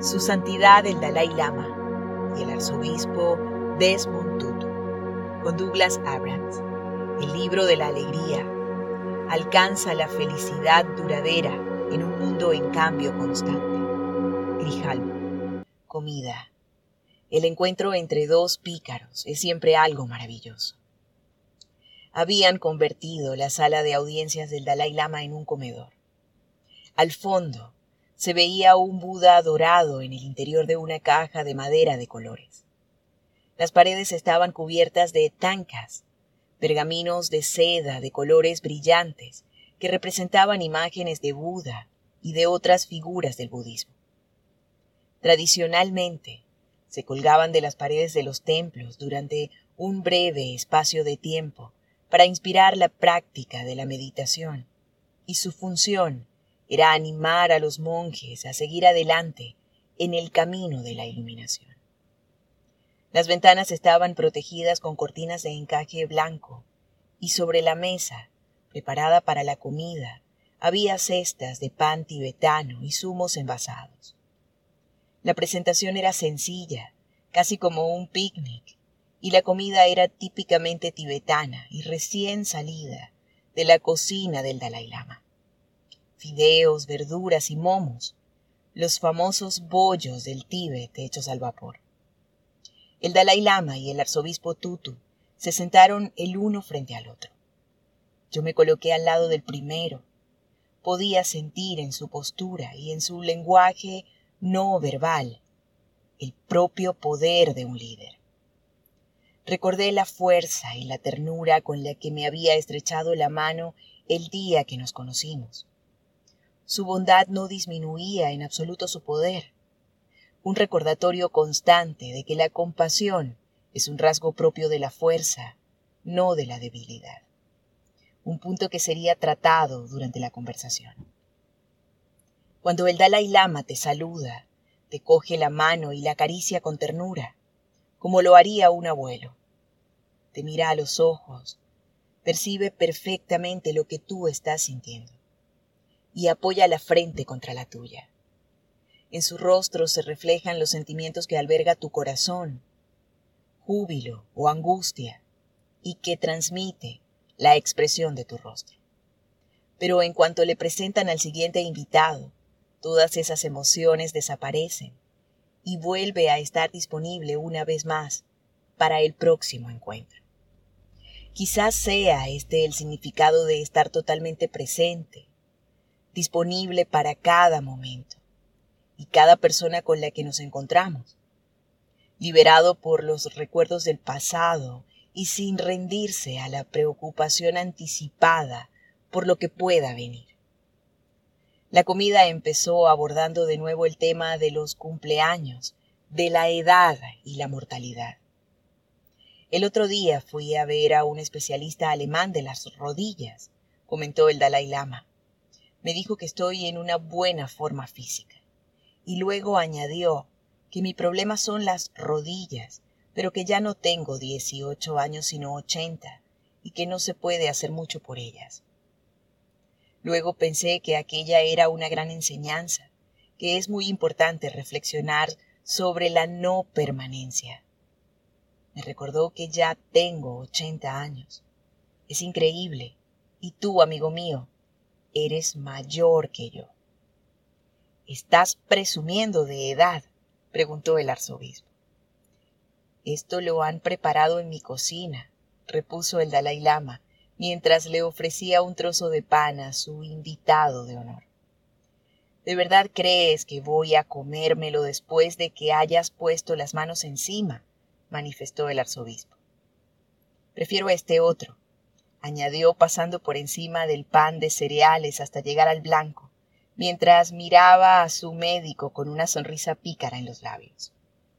Su Santidad el Dalai Lama y el Arzobispo Desmond Tutu, con Douglas Abrams. El libro de la alegría alcanza la felicidad duradera en un mundo en cambio constante. Grijalbo. Comida. El encuentro entre dos pícaros es siempre algo maravilloso. Habían convertido la sala de audiencias del Dalai Lama en un comedor. Al fondo se veía un Buda dorado en el interior de una caja de madera de colores. Las paredes estaban cubiertas de tankas, pergaminos de seda de colores brillantes que representaban imágenes de Buda y de otras figuras del budismo. Tradicionalmente, se colgaban de las paredes de los templos durante un breve espacio de tiempo para inspirar la práctica de la meditación, y su función era animar a los monjes a seguir adelante en el camino de la iluminación. Las ventanas estaban protegidas con cortinas de encaje blanco, y sobre la mesa, preparada para la comida, había cestas de pan tibetano y zumos envasados. La presentación era sencilla, casi como un picnic, y la comida era típicamente tibetana y recién salida de la cocina del Dalai Lama. Fideos, verduras y momos, los famosos bollos del Tíbet hechos al vapor. El Dalai Lama y el arzobispo Tutu se sentaron el uno frente al otro. Yo me coloqué al lado del primero. Podía sentir en su postura y en su lenguaje no verbal el propio poder de un líder. Recordé la fuerza y la ternura con la que me había estrechado la mano el día que nos conocimos. Su bondad no disminuía en absoluto su poder. Un recordatorio constante de que la compasión es un rasgo propio de la fuerza, no de la debilidad. Un punto que sería tratado durante la conversación. Cuando el Dalai Lama te saluda, te coge la mano y la acaricia con ternura, como lo haría un abuelo. Te mira a los ojos, percibe perfectamente lo que tú estás sintiendo y apoya la frente contra la tuya. En su rostro se reflejan los sentimientos que alberga tu corazón, júbilo o angustia, y que transmite la expresión de tu rostro. Pero en cuanto le presentan al siguiente invitado, todas esas emociones desaparecen y vuelve a estar disponible una vez más para el próximo encuentro. Quizás sea este el significado de estar totalmente presente, disponible para cada momento y cada persona con la que nos encontramos, liberado por los recuerdos del pasado y sin rendirse a la preocupación anticipada por lo que pueda venir. La comida empezó abordando de nuevo el tema de los cumpleaños, de la edad y la mortalidad. El otro día fui a ver a un especialista alemán de las rodillas, comentó el Dalai Lama. Me dijo que estoy en una buena forma física. Y luego añadió que mi problema son las rodillas, pero que ya no tengo 18 años sino 80, y que no se puede hacer mucho por ellas. Luego pensé que aquella era una gran enseñanza, que es muy importante reflexionar sobre la no permanencia. Me recordó que ya tengo 80 años. Es increíble, y tú, amigo mío, eres mayor que yo. ¿Estás presumiendo de edad?, preguntó el arzobispo. Esto lo han preparado en mi cocina, repuso el Dalai Lama, mientras le ofrecía un trozo de pan a su invitado de honor. ¿De verdad crees que voy a comérmelo después de que hayas puesto las manos encima?, manifestó el arzobispo. Prefiero este otro, añadió pasando por encima del pan de cereales hasta llegar al blanco, mientras miraba a su médico con una sonrisa pícara en los labios.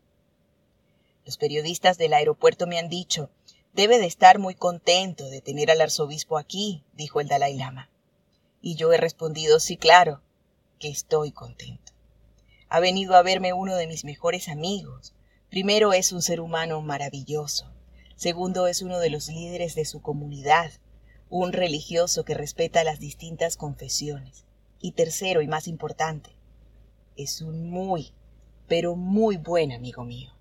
Los periodistas del aeropuerto me han dicho, debe de estar muy contento de tener al arzobispo aquí, dijo el Dalai Lama. Y yo he respondido, sí, claro, que estoy contento. Ha venido a verme uno de mis mejores amigos. Primero, es un ser humano maravilloso. Segundo, es uno de los líderes de su comunidad, un religioso que respeta las distintas confesiones. Y tercero, y más importante, es un muy pero muy buen amigo mío.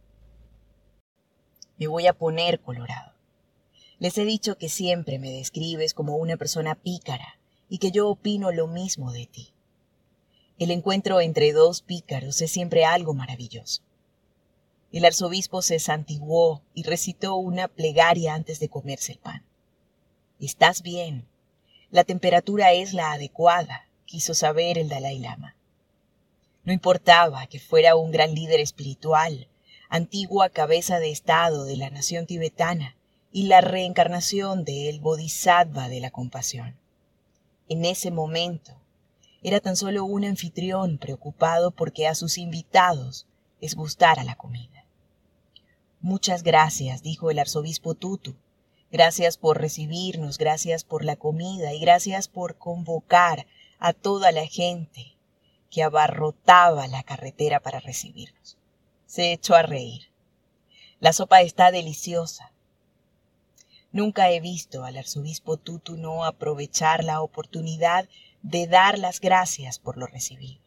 Me voy a poner colorado. Les he dicho que siempre me describes como una persona pícara y que yo opino lo mismo de ti. El encuentro entre dos pícaros es siempre algo maravilloso. El arzobispo se santiguó y recitó una plegaria antes de comerse el pan. «Estás bien. La temperatura es la adecuada», quiso saber el Dalai Lama. No importaba que fuera un gran líder espiritual, antigua cabeza de estado de la nación tibetana y la reencarnación del Bodhisattva de la compasión. En ese momento, era tan solo un anfitrión preocupado porque a sus invitados les gustara la comida. «Muchas gracias», dijo el arzobispo Tutu. «Gracias por recibirnos, gracias por la comida y gracias por convocar a toda la gente que abarrotaba la carretera para recibirnos». Se echó a reír. «La sopa está deliciosa». Nunca he visto al arzobispo Tutu no aprovechar la oportunidad de dar las gracias por lo recibido.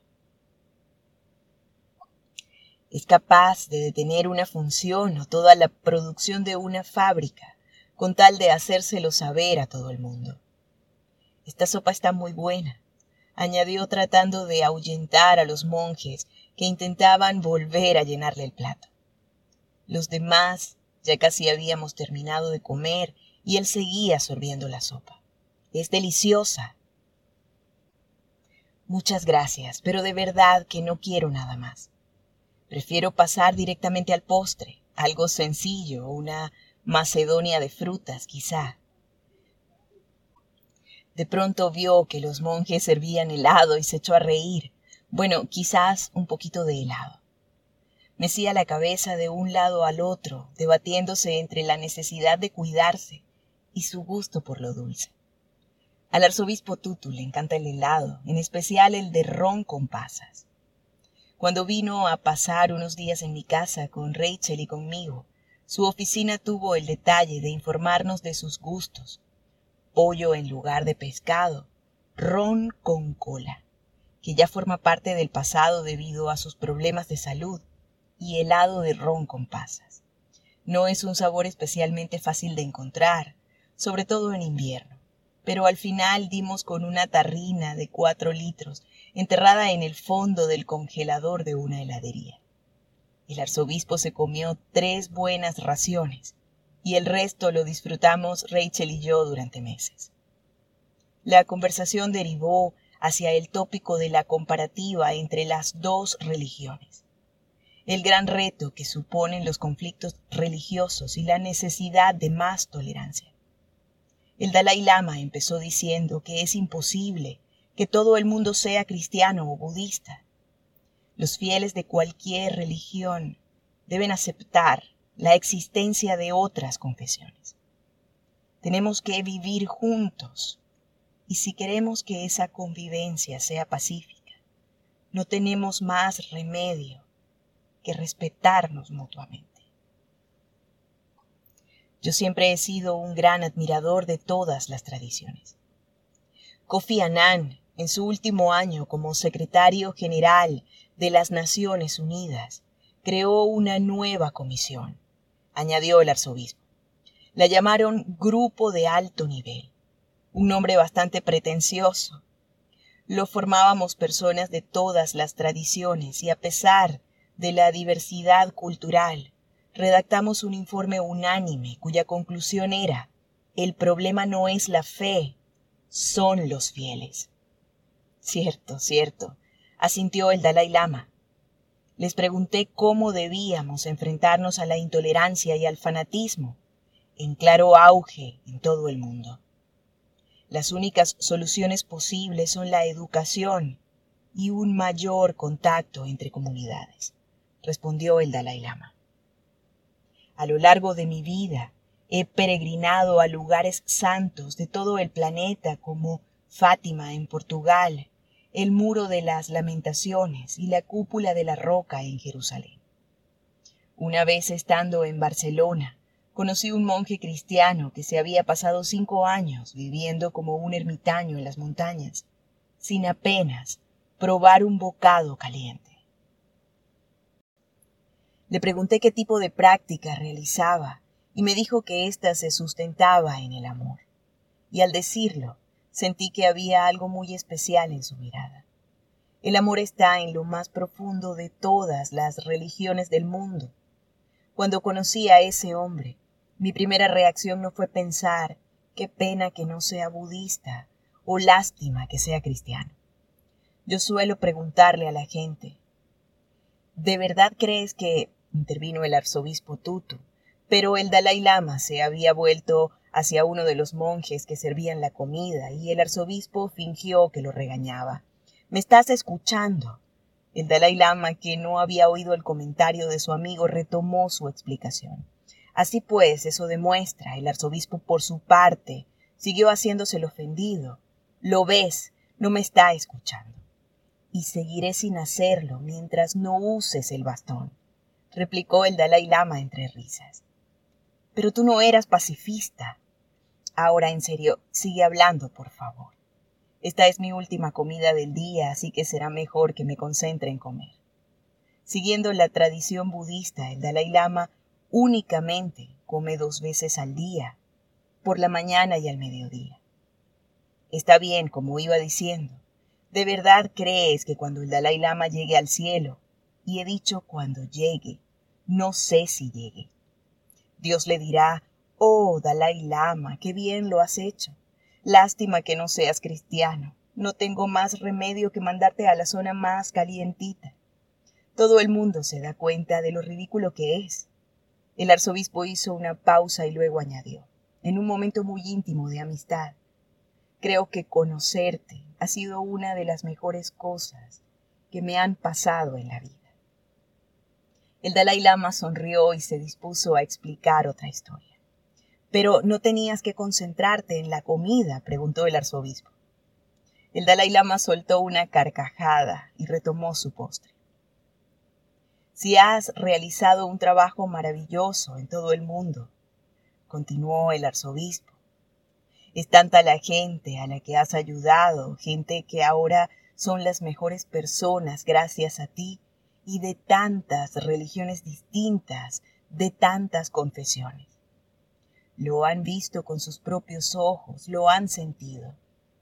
Es capaz de detener una función o toda la producción de una fábrica con tal de hacérselo saber a todo el mundo. «Esta sopa está muy buena», añadió tratando de ahuyentar a los monjes que intentaban volver a llenarle el plato. Los demás ya casi habíamos terminado de comer y él seguía sorbiendo la sopa. «Es deliciosa». «Muchas gracias, pero de verdad que no quiero nada más. Prefiero pasar directamente al postre, algo sencillo, una macedonia de frutas, quizá». De pronto vio que los monjes servían helado y se echó a reír. Bueno, quizás un poquito de helado. Mecía la cabeza de un lado al otro, debatiéndose entre la necesidad de cuidarse y su gusto por lo dulce. Al arzobispo Tutu le encanta el helado, en especial el de ron con pasas. Cuando vino a pasar unos días en mi casa con Rachel y conmigo, su oficina tuvo el detalle de informarnos de sus gustos. Pollo en lugar de pescado, ron con cola, que ya forma parte del pasado debido a sus problemas de salud, y helado de ron con pasas. No es un sabor especialmente fácil de encontrar, sobre todo en invierno, pero al final dimos con una tarrina de 4 litros enterrada en el fondo del congelador de una heladería. El arzobispo se comió 3 buenas raciones y el resto lo disfrutamos Rachel y yo durante meses. La conversación derivó hacia el tópico de la comparativa entre las dos religiones, el gran reto que suponen los conflictos religiosos y la necesidad de más tolerancia. El Dalai Lama empezó diciendo que es imposible que todo el mundo sea cristiano o budista. Los fieles de cualquier religión deben aceptar la existencia de otras confesiones. Tenemos que vivir juntos y si queremos que esa convivencia sea pacífica, no tenemos más remedio que respetarnos mutuamente. Yo siempre he sido un gran admirador de todas las tradiciones. Kofi Annan, en su último año como secretario general de las Naciones Unidas, creó una nueva comisión, añadió el arzobispo. La llamaron Grupo de Alto Nivel, un nombre bastante pretencioso. Lo formábamos personas de todas las tradiciones y a pesar de la diversidad cultural, redactamos un informe unánime cuya conclusión era: el problema no es la fe, son los fieles. Cierto, asintió el Dalai Lama. Les pregunté cómo debíamos enfrentarnos a la intolerancia y al fanatismo, en claro auge en todo el mundo. Las únicas soluciones posibles son la educación y un mayor contacto entre comunidades, respondió el Dalai Lama. A lo largo de mi vida he peregrinado a lugares santos de todo el planeta como Fátima en Portugal, el Muro de las Lamentaciones y la Cúpula de la Roca en Jerusalén. Una vez estando en Barcelona, conocí un monje cristiano que se había pasado 5 años viviendo como un ermitaño en las montañas, sin apenas probar un bocado caliente. Le pregunté qué tipo de práctica realizaba y me dijo que ésta se sustentaba en el amor. Y al decirlo, sentí que había algo muy especial en su mirada. El amor está en lo más profundo de todas las religiones del mundo. Cuando conocí a ese hombre, mi primera reacción no fue pensar qué pena que no sea budista o lástima que sea cristiano. Yo suelo preguntarle a la gente, ¿de verdad crees que, intervino el arzobispo Tutu, pero el Dalai Lama se había vuelto hacia uno de los monjes que servían la comida y el arzobispo fingió que lo regañaba? ¿Me estás escuchando? El Dalai Lama, que no había oído el comentario de su amigo, retomó su explicación. Así pues, eso demuestra, el arzobispo por su parte siguió haciéndose el ofendido. Lo ves, no me está escuchando. Y seguiré sin hacerlo mientras no uses el bastón, replicó el Dalai Lama entre risas. Pero tú no eras pacifista. Ahora, en serio, sigue hablando, por favor. Esta es mi última comida del día, así que será mejor que me concentre en comer. Siguiendo la tradición budista, el Dalai Lama únicamente come 2 veces al día, por la mañana y al mediodía. Está bien, como iba diciendo. ¿De verdad crees que cuando el Dalai Lama llegue al cielo, y he dicho cuando llegue, no sé si llegue, Dios le dirá, oh Dalai Lama, qué bien lo has hecho? Lástima que no seas cristiano. No tengo más remedio que mandarte a la zona más calientita. Todo el mundo se da cuenta de lo ridículo que es. El arzobispo hizo una pausa y luego añadió, en un momento muy íntimo de amistad, creo que conocerte ha sido una de las mejores cosas que me han pasado en la vida. El Dalai Lama sonrió y se dispuso a explicar otra historia. ¿Pero no tenías que concentrarte en la comida?, preguntó el arzobispo. El Dalai Lama soltó una carcajada y retomó su postre. Si has realizado un trabajo maravilloso en todo el mundo, continuó el arzobispo. Es tanta la gente a la que has ayudado, gente que ahora son las mejores personas gracias a ti, y de tantas religiones distintas, de tantas confesiones. Lo han visto con sus propios ojos, lo han sentido.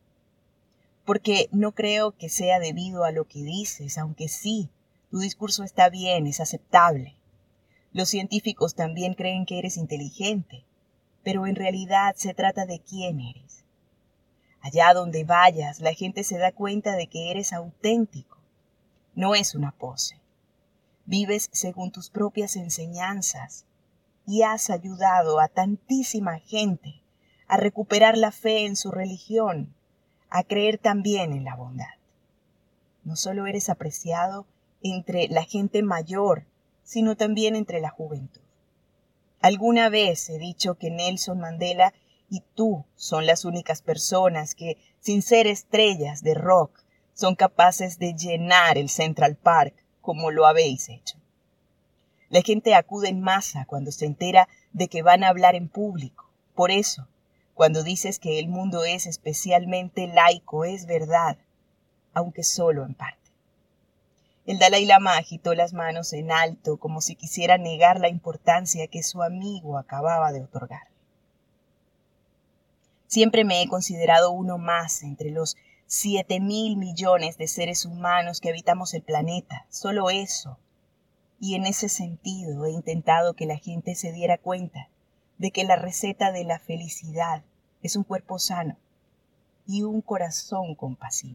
Porque no creo que sea debido a lo que dices, aunque sí, tu discurso está bien, es aceptable. Los científicos también creen que eres inteligente, pero en realidad se trata de quién eres. Allá donde vayas, la gente se da cuenta de que eres auténtico. No es una pose. Vives según tus propias enseñanzas y has ayudado a tantísima gente a recuperar la fe en su religión, a creer también en la bondad. No solo eres apreciado entre la gente mayor, sino también entre la juventud. Alguna vez he dicho que Nelson Mandela y tú son las únicas personas que, sin ser estrellas de rock, son capaces de llenar el Central Park como lo habéis hecho. La gente acude en masa cuando se entera de que van a hablar en público. Por eso, cuando dices que el mundo es especialmente laico, es verdad, aunque solo en parte. El Dalai Lama agitó las manos en alto como si quisiera negar la importancia que su amigo acababa de otorgar. Siempre me he considerado uno más entre los 7.000 millones de seres humanos que habitamos el planeta, solo eso. Y en ese sentido he intentado que la gente se diera cuenta de que la receta de la felicidad es un cuerpo sano y un corazón compasivo.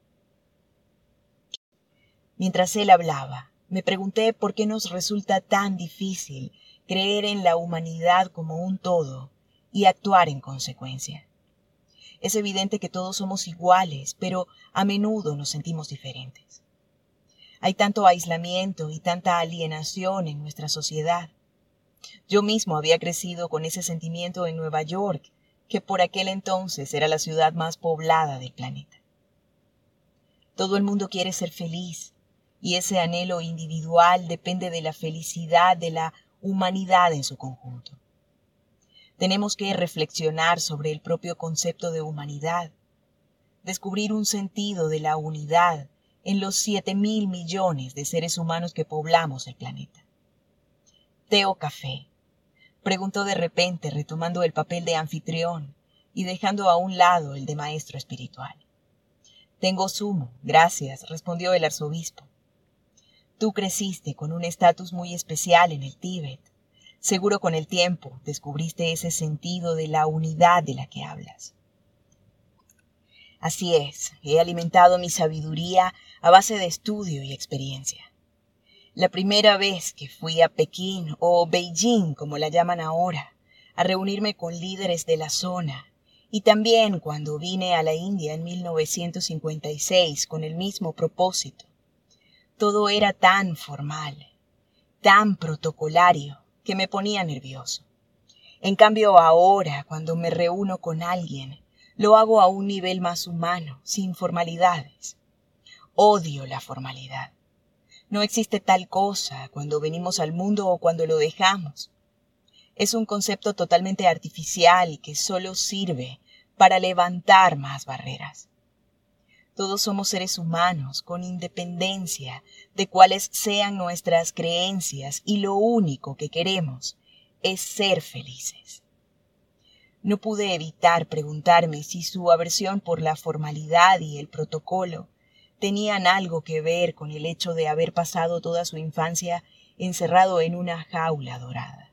Mientras él hablaba, me pregunté por qué nos resulta tan difícil creer en la humanidad como un todo y actuar en consecuencia. Es evidente que todos somos iguales, pero a menudo nos sentimos diferentes. Hay tanto aislamiento y tanta alienación en nuestra sociedad. Yo mismo había crecido con ese sentimiento en Nueva York, que por aquel entonces era la ciudad más poblada del planeta. Todo el mundo quiere ser feliz, y ese anhelo individual depende de la felicidad de la humanidad en su conjunto. Tenemos que reflexionar sobre el propio concepto de humanidad, descubrir un sentido de la unidad en los 7.000 millones de seres humanos que poblamos el planeta. ¿Té o café?, preguntó de repente, retomando el papel de anfitrión y dejando a un lado el de maestro espiritual. Tengo zumo, gracias, respondió el arzobispo. Tú creciste con un estatus muy especial en el Tíbet. Seguro con el tiempo descubriste ese sentido de la unidad de la que hablas. Así es, he alimentado mi sabiduría a base de estudio y experiencia. La primera vez que fui a Pekín, o Beijing como la llaman ahora, a reunirme con líderes de la zona, y también cuando vine a la India en 1956 con el mismo propósito, todo era tan formal, tan protocolario, que me ponía nervioso. En cambio ahora, cuando me reúno con alguien, lo hago a un nivel más humano, sin formalidades. Odio la formalidad. No existe tal cosa cuando venimos al mundo o cuando lo dejamos. Es un concepto totalmente artificial que solo sirve para levantar más barreras. Todos somos seres humanos con independencia de cuáles sean nuestras creencias y lo único que queremos es ser felices. No pude evitar preguntarme si su aversión por la formalidad y el protocolo tenían algo que ver con el hecho de haber pasado toda su infancia encerrado en una jaula dorada.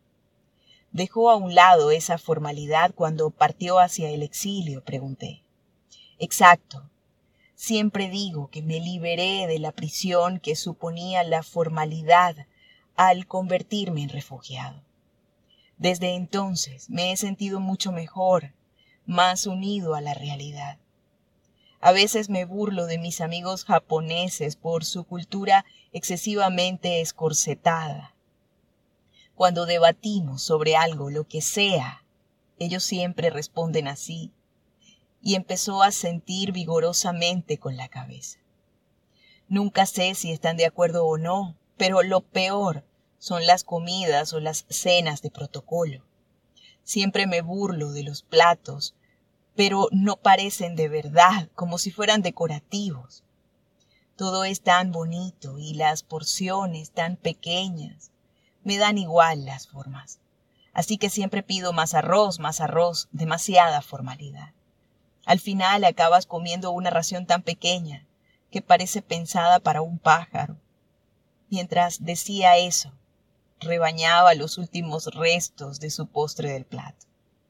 ¿Dejó a un lado esa formalidad cuando partió hacia el exilio?, pregunté. Exacto. Siempre digo que me liberé de la prisión que suponía la formalidad al convertirme en refugiado. Desde entonces me he sentido mucho mejor, más unido a la realidad. A veces me burlo de mis amigos japoneses por su cultura excesivamente escorsetada. Cuando debatimos sobre algo, lo que sea, ellos siempre responden así, y empezó a sentir vigorosamente con la cabeza. Nunca sé si están de acuerdo o no, pero lo peor son las comidas o las cenas de protocolo. Siempre me burlo de los platos, pero no parecen de verdad, como si fueran decorativos. Todo es tan bonito y las porciones tan pequeñas. Me dan igual las formas. Así que siempre pido más arroz, demasiada formalidad. Al final acabas comiendo una ración tan pequeña que parece pensada para un pájaro. Mientras decía eso, rebañaba los últimos restos de su postre del plato.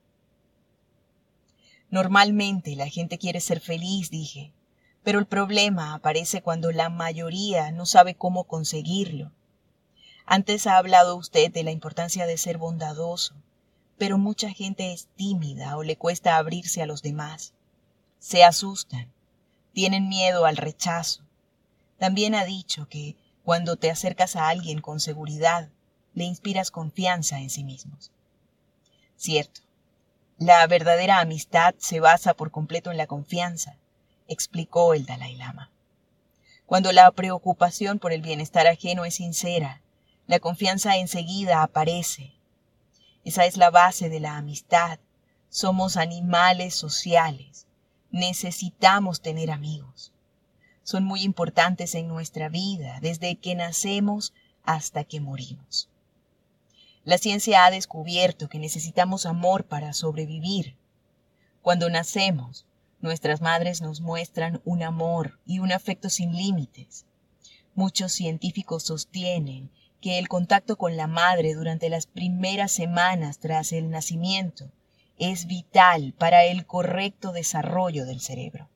Normalmente la gente quiere ser feliz, dije, pero el problema aparece cuando la mayoría no sabe cómo conseguirlo. Antes ha hablado usted de la importancia de ser bondadoso, pero mucha gente es tímida o le cuesta abrirse a los demás. Se asustan, tienen miedo al rechazo. También ha dicho que cuando te acercas a alguien con seguridad, le inspiras confianza en sí mismos. Cierto. La verdadera amistad se basa por completo en la confianza, explicó el Dalai Lama. Cuando la preocupación por el bienestar ajeno es sincera, la confianza enseguida aparece. Esa es la base de la amistad. Somos animales sociales. Necesitamos tener amigos. Son muy importantes en nuestra vida, desde que nacemos hasta que morimos. La ciencia ha descubierto que necesitamos amor para sobrevivir. Cuando nacemos, nuestras madres nos muestran un amor y un afecto sin límites. Muchos científicos sostienen que el contacto con la madre durante las primeras semanas tras el nacimiento es vital para el correcto desarrollo del cerebro.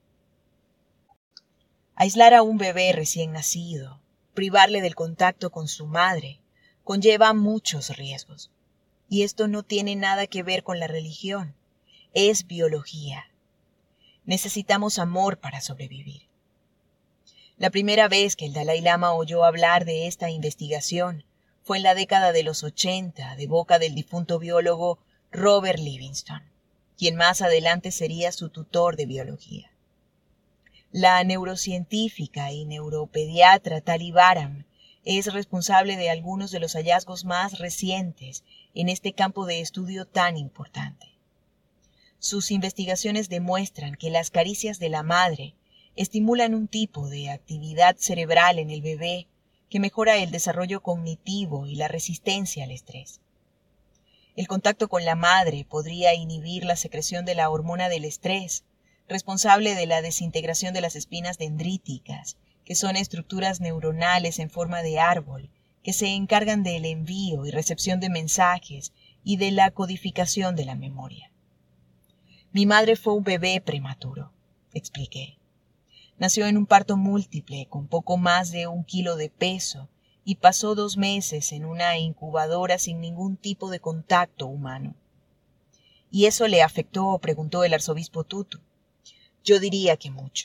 Aislar a un bebé recién nacido, privarle del contacto con su madre, conlleva muchos riesgos. Y esto no tiene nada que ver con la religión, es biología. Necesitamos amor para sobrevivir. La primera vez que el Dalai Lama oyó hablar de esta investigación fue en la década de los 80, de boca del difunto biólogo Robert Livingston, quien más adelante sería su tutor de biología. La neurocientífica y neuropediatra Tali Baram es responsable de algunos de los hallazgos más recientes en este campo de estudio tan importante. Sus investigaciones demuestran que las caricias de la madre estimulan un tipo de actividad cerebral en el bebé que mejora el desarrollo cognitivo y la resistencia al estrés. El contacto con la madre podría inhibir la secreción de la hormona del estrés, responsable de la desintegración de las espinas dendríticas, que son estructuras neuronales en forma de árbol, que se encargan del envío y recepción de mensajes y de la codificación de la memoria. Mi madre fue un bebé prematuro, expliqué. Nació en un parto múltiple con poco más de 1 kilo de peso y pasó 2 meses en una incubadora sin ningún tipo de contacto humano. ¿Y eso le afectó?, preguntó el arzobispo Tutu. Yo diría que mucho.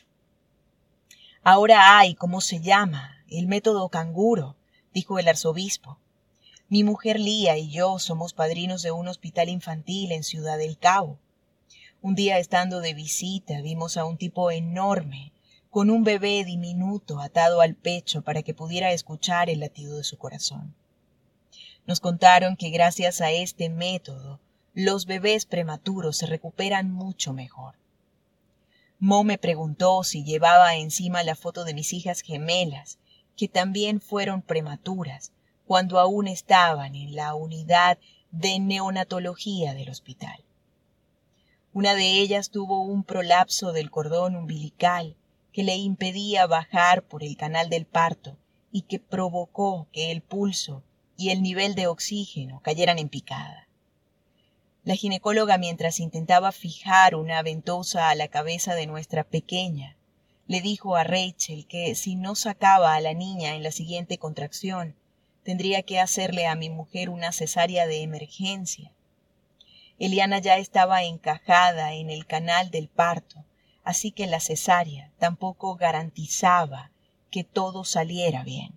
Ahora hay, ¿cómo se llama?, el método canguro, dijo el arzobispo. Mi mujer Lía y yo somos padrinos de un hospital infantil en Ciudad del Cabo. Un día, estando de visita, vimos a un tipo enorme, con un bebé diminuto atado al pecho para que pudiera escuchar el latido de su corazón. Nos contaron que gracias a este método, los bebés prematuros se recuperan mucho mejor. Mo me preguntó si llevaba encima la foto de mis hijas gemelas, que también fueron prematuras, cuando aún estaban en la unidad de neonatología del hospital. Una de ellas tuvo un prolapso del cordón umbilical que le impedía bajar por el canal del parto y que provocó que el pulso y el nivel de oxígeno cayeran en picada. La ginecóloga, mientras intentaba fijar una ventosa a la cabeza de nuestra pequeña, le dijo a Rachel que si no sacaba a la niña en la siguiente contracción, tendría que hacerle a mi mujer una cesárea de emergencia. Eliana ya estaba encajada en el canal del parto, así que la cesárea tampoco garantizaba que todo saliera bien.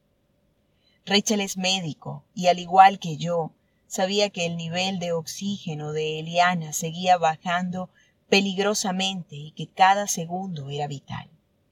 Rachel es médico y, al igual que yo, sabía que el nivel de oxígeno de Eliana seguía bajando peligrosamente y que cada segundo era vital.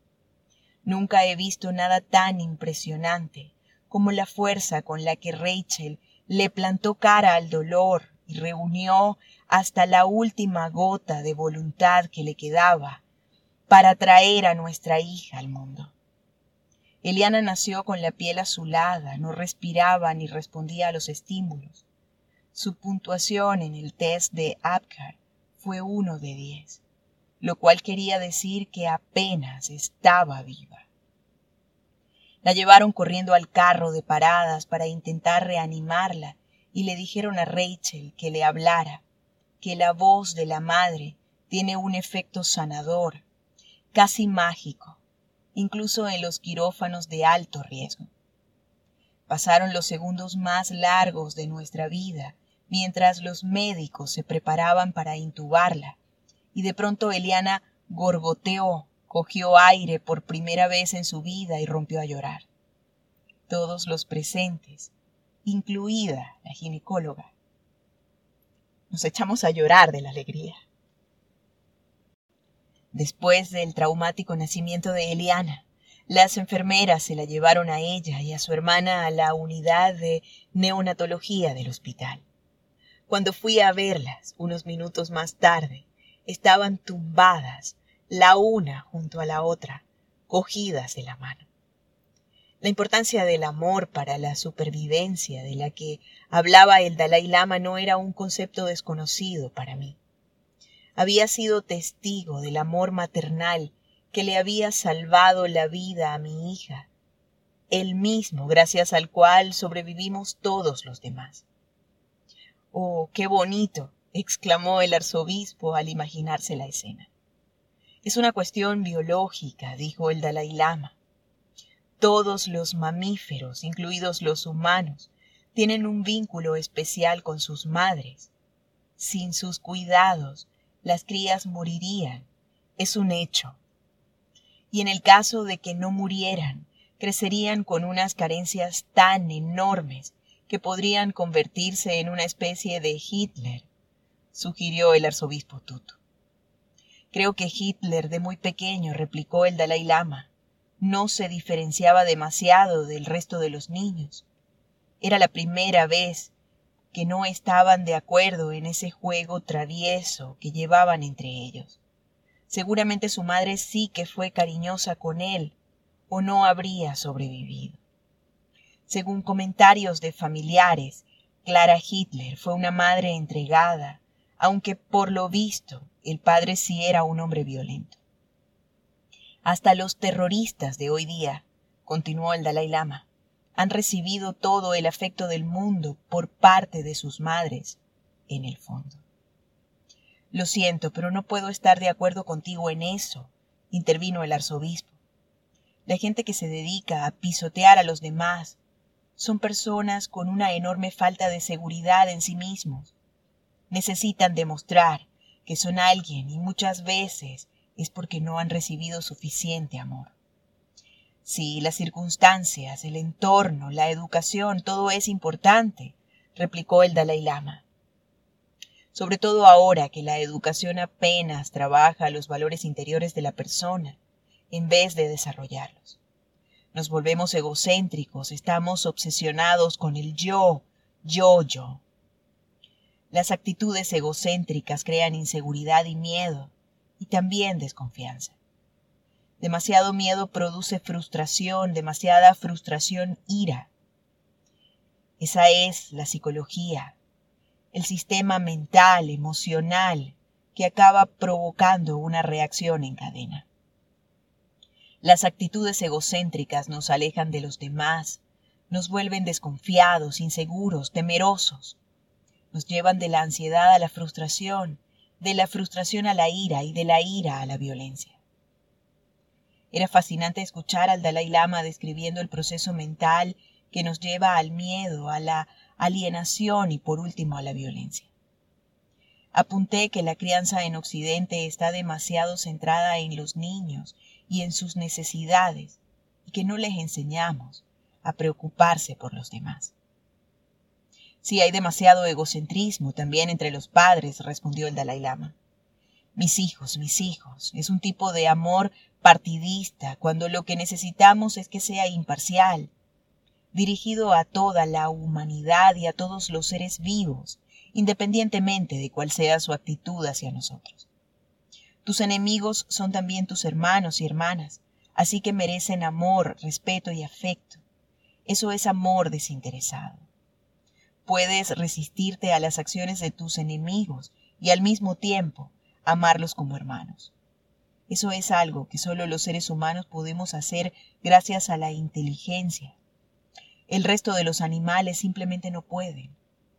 Nunca he visto nada tan impresionante como la fuerza con la que Rachel le plantó cara al dolor y reunió hasta la última gota de voluntad que le quedaba para traer a nuestra hija al mundo. Eliana nació con la piel azulada, no respiraba ni respondía a los estímulos. Su puntuación en el test de Apgar fue 1 de 10, lo cual quería decir que apenas estaba viva. La llevaron corriendo al carro de paradas para intentar reanimarla y le dijeron a Rachel que le hablara, que la voz de la madre tiene un efecto sanador, casi mágico, incluso en los quirófanos de alto riesgo. Pasaron los segundos más largos de nuestra vida mientras los médicos se preparaban para intubarla, y de pronto Eliana gorgoteó, cogió aire por primera vez en su vida y rompió a llorar. Todos los presentes, incluida la ginecóloga, nos echamos a llorar de la alegría. Después del traumático nacimiento de Eliana, las enfermeras se la llevaron a ella y a su hermana a la unidad de neonatología del hospital. Cuando fui a verlas, unos minutos más tarde, estaban tumbadas, la una junto a la otra, cogidas de la mano. La importancia del amor para la supervivencia de la que hablaba el Dalai Lama no era un concepto desconocido para mí. Había sido testigo del amor maternal que le había salvado la vida a mi hija, el mismo gracias al cual sobrevivimos todos los demás. «Oh, qué bonito», exclamó el arzobispo al imaginarse la escena. «Es una cuestión biológica», dijo el Dalai Lama. «Todos los mamíferos, incluidos los humanos, tienen un vínculo especial con sus madres. Sin sus cuidados, las crías morirían. Es un hecho. Y en el caso de que no murieran, crecerían con unas carencias tan enormes que podrían convertirse en una especie de Hitler», sugirió el arzobispo Tutu. «Creo que Hitler de muy pequeño», replicó el Dalai Lama, «no se diferenciaba demasiado del resto de los niños. Era la primera vez que no estaban de acuerdo en ese juego travieso que llevaban entre ellos. Seguramente su madre sí que fue cariñosa con él, o no habría sobrevivido». Según comentarios de familiares, Clara Hitler fue una madre entregada, aunque por lo visto el padre sí era un hombre violento. Hasta los terroristas de hoy día, continuó el Dalai Lama, han recibido todo el afecto del mundo por parte de sus madres, en el fondo. Lo siento, pero no puedo estar de acuerdo contigo en eso, intervino el arzobispo. La gente que se dedica a pisotear a los demás son personas con una enorme falta de seguridad en sí mismos. Necesitan demostrar que son alguien y muchas veces es porque no han recibido suficiente amor. Sí, las circunstancias, el entorno, la educación, todo es importante, replicó el Dalai Lama. Sobre todo ahora que la educación apenas trabaja los valores interiores de la persona, en vez de desarrollarlos. Nos volvemos egocéntricos, estamos obsesionados con el yo. Las actitudes egocéntricas crean inseguridad y miedo, y también desconfianza. Demasiado miedo produce frustración, demasiada frustración, ira. Esa es la psicología, el sistema mental, emocional, que acaba provocando una reacción en cadena. Las actitudes egocéntricas nos alejan de los demás, nos vuelven desconfiados, inseguros, temerosos. Nos llevan de la ansiedad a la frustración, de la frustración a la ira y de la ira a la violencia. Era fascinante escuchar al Dalai Lama describiendo el proceso mental que nos lleva al miedo, a la alienación y por último a la violencia. Apunté que la crianza en Occidente está demasiado centrada en los niños y en sus necesidades y que no les enseñamos a preocuparse por los demás. Sí, hay demasiado egocentrismo también entre los padres, respondió el Dalai Lama. Mis hijos, es un tipo de amor partidista, cuando lo que necesitamos es que sea imparcial, dirigido a toda la humanidad y a todos los seres vivos, independientemente de cuál sea su actitud hacia nosotros. Tus enemigos son también tus hermanos y hermanas, así que merecen amor, respeto y afecto. Eso es amor desinteresado. Puedes resistirte a las acciones de tus enemigos y al mismo tiempo amarlos como hermanos. Eso es algo que solo los seres humanos podemos hacer gracias a la inteligencia. El resto de los animales simplemente no pueden.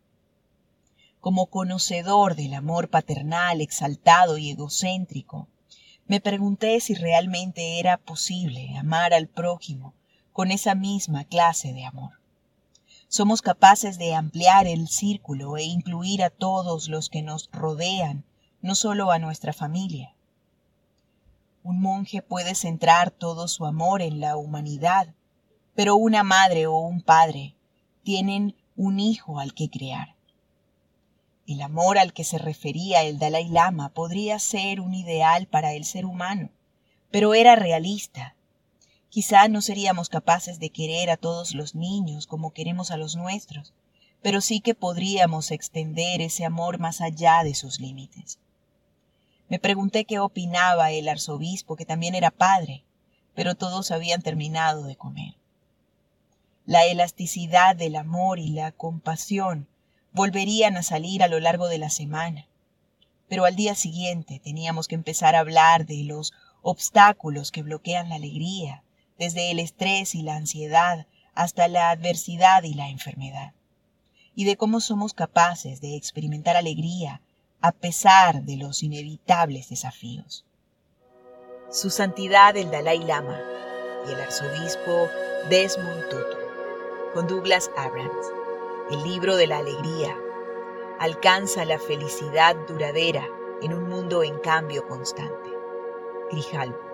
Como conocedor del amor paternal, exaltado y egocéntrico, me pregunté si realmente era posible amar al prójimo con esa misma clase de amor. Somos capaces de ampliar el círculo e incluir a todos los que nos rodean, no solo a nuestra familia. Un monje puede centrar todo su amor en la humanidad, pero una madre o un padre tienen un hijo al que criar. El amor al que se refería el Dalai Lama podría ser un ideal para el ser humano, pero era realista. Quizá no seríamos capaces de querer a todos los niños como queremos a los nuestros, pero sí que podríamos extender ese amor más allá de sus límites. Me pregunté qué opinaba el arzobispo, que también era padre, pero todos habían terminado de comer. La elasticidad del amor y la compasión volverían a salir a lo largo de la semana, pero al día siguiente teníamos que empezar a hablar de los obstáculos que bloquean la alegría, desde el estrés y la ansiedad hasta la adversidad y la enfermedad, y de cómo somos capaces de experimentar alegría a pesar de los inevitables desafíos. Su Santidad el Dalai Lama y el arzobispo Desmond Tutu, con Douglas Abrams, el libro de la alegría, alcanza la felicidad duradera en un mundo en cambio constante. Grijalbo.